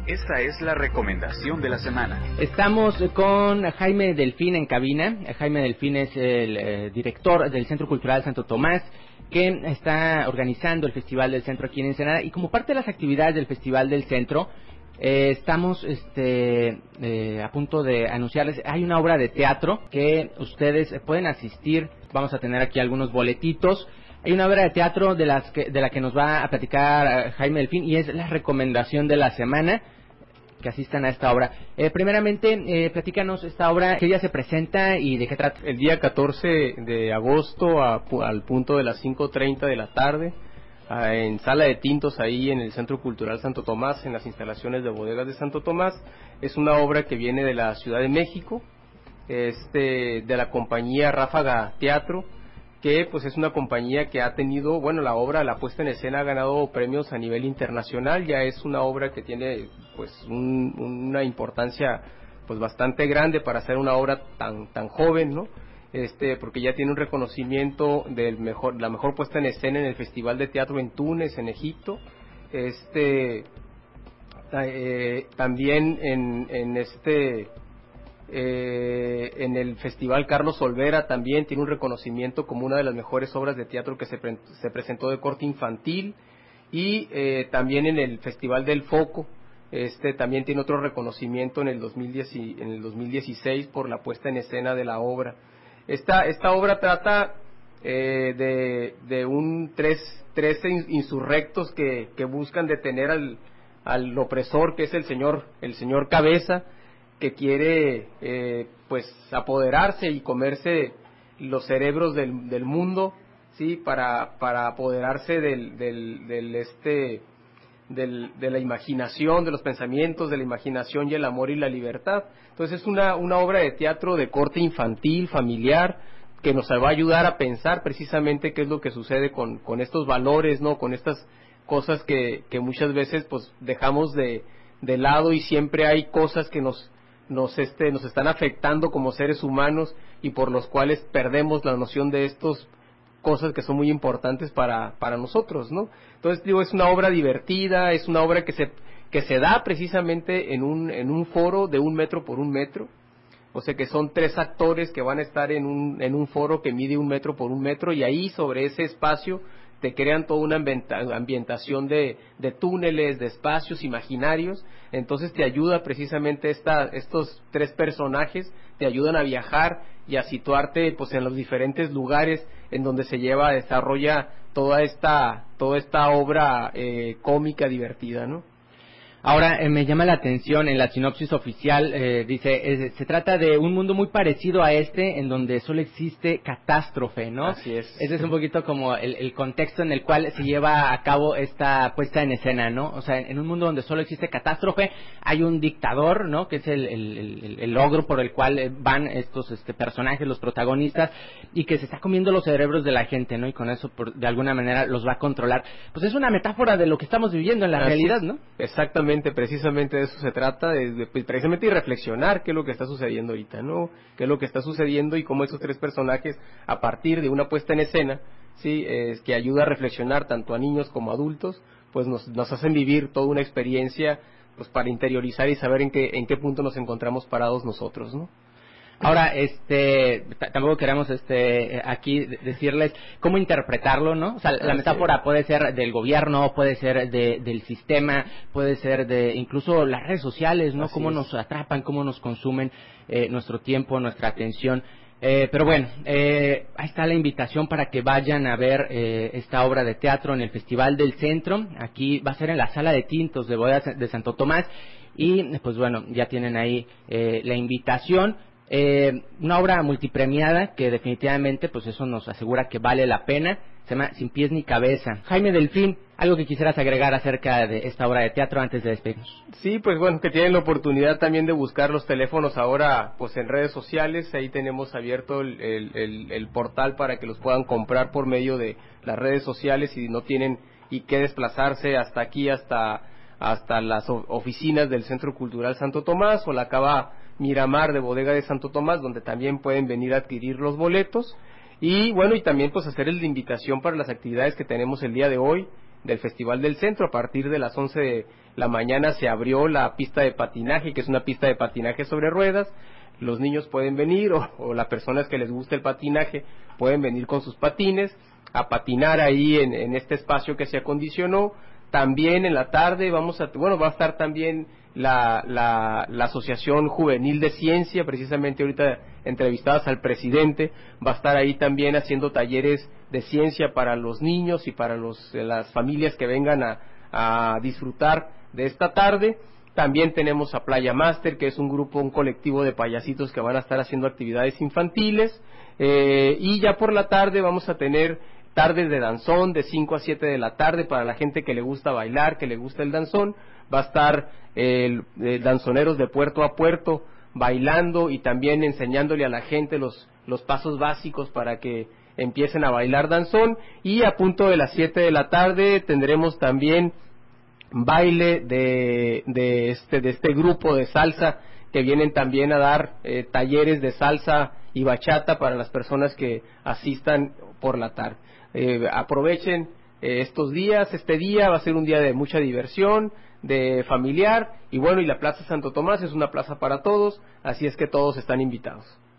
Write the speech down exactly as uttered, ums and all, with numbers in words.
Esta es la recomendación de la semana. Estamos con Jaime Delfín en cabina. Jaime Delfín es el eh, director del Centro Cultural Santo Tomás, que está organizando el Festival del Centro aquí en Ensenada, y como parte de las actividades del Festival del Centro, eh, estamos este, eh, a punto de anunciarles, hay una obra de teatro que ustedes pueden asistir. Vamos a tener aquí algunos boletitos. Hay una obra de teatro de, las que, de la que nos va a platicar Jaime Delfín, y es la recomendación de la semana, que asistan a esta obra. Eh, primeramente, eh, platícanos esta obra, qué día se presenta y de qué trata. El día catorce de agosto a, al punto de las cinco treinta de la tarde, a, en Sala de Tintos, ahí en el Centro Cultural Santo Tomás, en las instalaciones de Bodegas de Santo Tomás. Es una obra que viene de la Ciudad de México, este, de la compañía Ráfaga Teatro, que pues es una compañía que ha tenido, bueno, la obra, la puesta en escena ha ganado premios a nivel internacional. Ya es una obra que tiene pues un, una importancia pues bastante grande para hacer una obra tan tan joven, ¿no? Este, porque ya tiene un reconocimiento del mejor, la mejor puesta en escena en el Festival de Teatro en Túnez, en Egipto. Este, eh, también en, en este Eh, en el Festival Carlos Olvera también tiene un reconocimiento como una de las mejores obras de teatro que se, pre se presentó de corte infantil. Y eh, también en el Festival del Foco, este también tiene otro reconocimiento en el dos mil diez, en el dos mil dieciséis por la puesta en escena de la obra. Esta, esta obra trata eh, de, de un tres, tres insurrectos que, que buscan detener al, al opresor, que es el señor, el señor Cabeza, que quiere eh, pues apoderarse y comerse los cerebros del, del mundo, sí, para para apoderarse del del, del este del, de la imaginación, de los pensamientos, de la imaginación y el amor y la libertad. Entonces es una una obra de teatro de corte infantil, familiar, que nos va a ayudar a pensar precisamente qué es lo que sucede con con estos valores, no, con estas cosas que que muchas veces pues dejamos de de lado, y siempre hay cosas que nos nos este nos están afectando como seres humanos y por los cuales perdemos la noción de estas cosas que son muy importantes para para nosotros, ¿no? Entonces digo, es una obra divertida, es una obra que se que se da precisamente en un en un foro de un metro por un metro, o sea que son tres actores que van a estar en un en un foro que mide un metro por un metro, y ahí sobre ese espacio te crean toda una ambientación de, de túneles, de espacios imaginarios. Entonces te ayuda precisamente esta, estos tres personajes, te ayudan a viajar y a situarte pues en los diferentes lugares en donde se lleva, desarrolla toda esta, toda esta obra eh, cómica, divertida, ¿no? Ahora, eh, me llama la atención, en la sinopsis oficial, eh, dice, eh, se trata de un mundo muy parecido a este, en donde solo existe catástrofe, ¿no? Así es. Ese es un poquito como el, el contexto en el cual se lleva a cabo esta puesta en escena, ¿no? O sea, en, en un mundo donde solo existe catástrofe, hay un dictador, ¿no? Que es el, el, el, el logro por el cual van estos este, personajes, los protagonistas, y que se está comiendo los cerebros de la gente, ¿no? Y con eso, por, de alguna manera, los va a controlar. Pues es una metáfora de lo que estamos viviendo en la Así realidad, es. ¿no? Exactamente. Precisamente de eso se trata, de, de, precisamente de reflexionar qué es lo que está sucediendo ahorita, ¿no? Qué es lo que está sucediendo y cómo esos tres personajes, a partir de una puesta en escena, sí, eh, que ayuda a reflexionar tanto a niños como a adultos, pues nos, nos hacen vivir toda una experiencia, pues para interiorizar y saber en qué en qué punto nos encontramos parados nosotros, ¿no? Ahora, este, tampoco queremos, este, aquí decirles cómo interpretarlo, ¿no? O sea, la metáfora puede ser del gobierno, puede ser de, del sistema, puede ser de incluso las redes sociales, ¿no? Cómo nos atrapan, cómo nos consumen eh, nuestro tiempo, nuestra atención. Eh, pero bueno, eh, ahí está la invitación para que vayan a ver eh, esta obra de teatro en el Festival del Centro. Aquí va a ser en la Sala de Tintos de Bodegas de Santo Tomás. Y pues bueno, ya tienen ahí eh, la invitación. Eh, una obra multipremiada que definitivamente pues eso nos asegura que vale la pena. Se llama Sin Pies ni Cabeza. Jaime Delfín, algo que quisieras agregar acerca de esta obra de teatro antes de despedirnos. Sí, pues bueno, que tienen la oportunidad también de buscar los teléfonos ahora pues en redes sociales. Ahí tenemos abierto el, el, el, el portal para que los puedan comprar por medio de las redes sociales, y no tienen y que desplazarse hasta aquí, hasta hasta las oficinas del Centro Cultural Santo Tomás o la Cava Miramar de Bodega de Santo Tomás, donde también pueden venir a adquirir los boletos. Y bueno, y también pues hacerles la invitación para las actividades que tenemos el día de hoy del Festival del Centro a partir de las once la mañana se abrió la pista de patinaje, que es una pista de patinaje sobre ruedas. Los niños pueden venir, o, o las personas que les gusta el patinaje pueden venir con sus patines a patinar ahí en, en este espacio que se acondicionó. También en la tarde vamos a, bueno, va a estar también la, la, la Asociación Juvenil de Ciencia, precisamente ahorita entrevistadas al presidente, va a estar ahí también haciendo talleres de ciencia para los niños y para los, las familias que vengan a, a disfrutar de esta tarde. También tenemos a Playa Master, que es un grupo, un colectivo de payasitos que van a estar haciendo actividades infantiles, eh, y ya por la tarde vamos a tener tardes de danzón de cinco a siete de la tarde para la gente que le gusta bailar, que le gusta el danzón. Va a estar el, el danzoneros de puerto a puerto bailando y también enseñándole a la gente los, los pasos básicos para que empiecen a bailar danzón. Y a punto de las siete de la tarde tendremos también baile de, de, este, de este grupo de salsa que vienen también a dar eh, talleres de salsa y bachata para las personas que asistan por la tarde. Eh, aprovechen eh, estos días, este día va a ser un día de mucha diversión, de familiar, y bueno, y la Plaza Santo Tomás es una plaza para todos, así es que todos están invitados.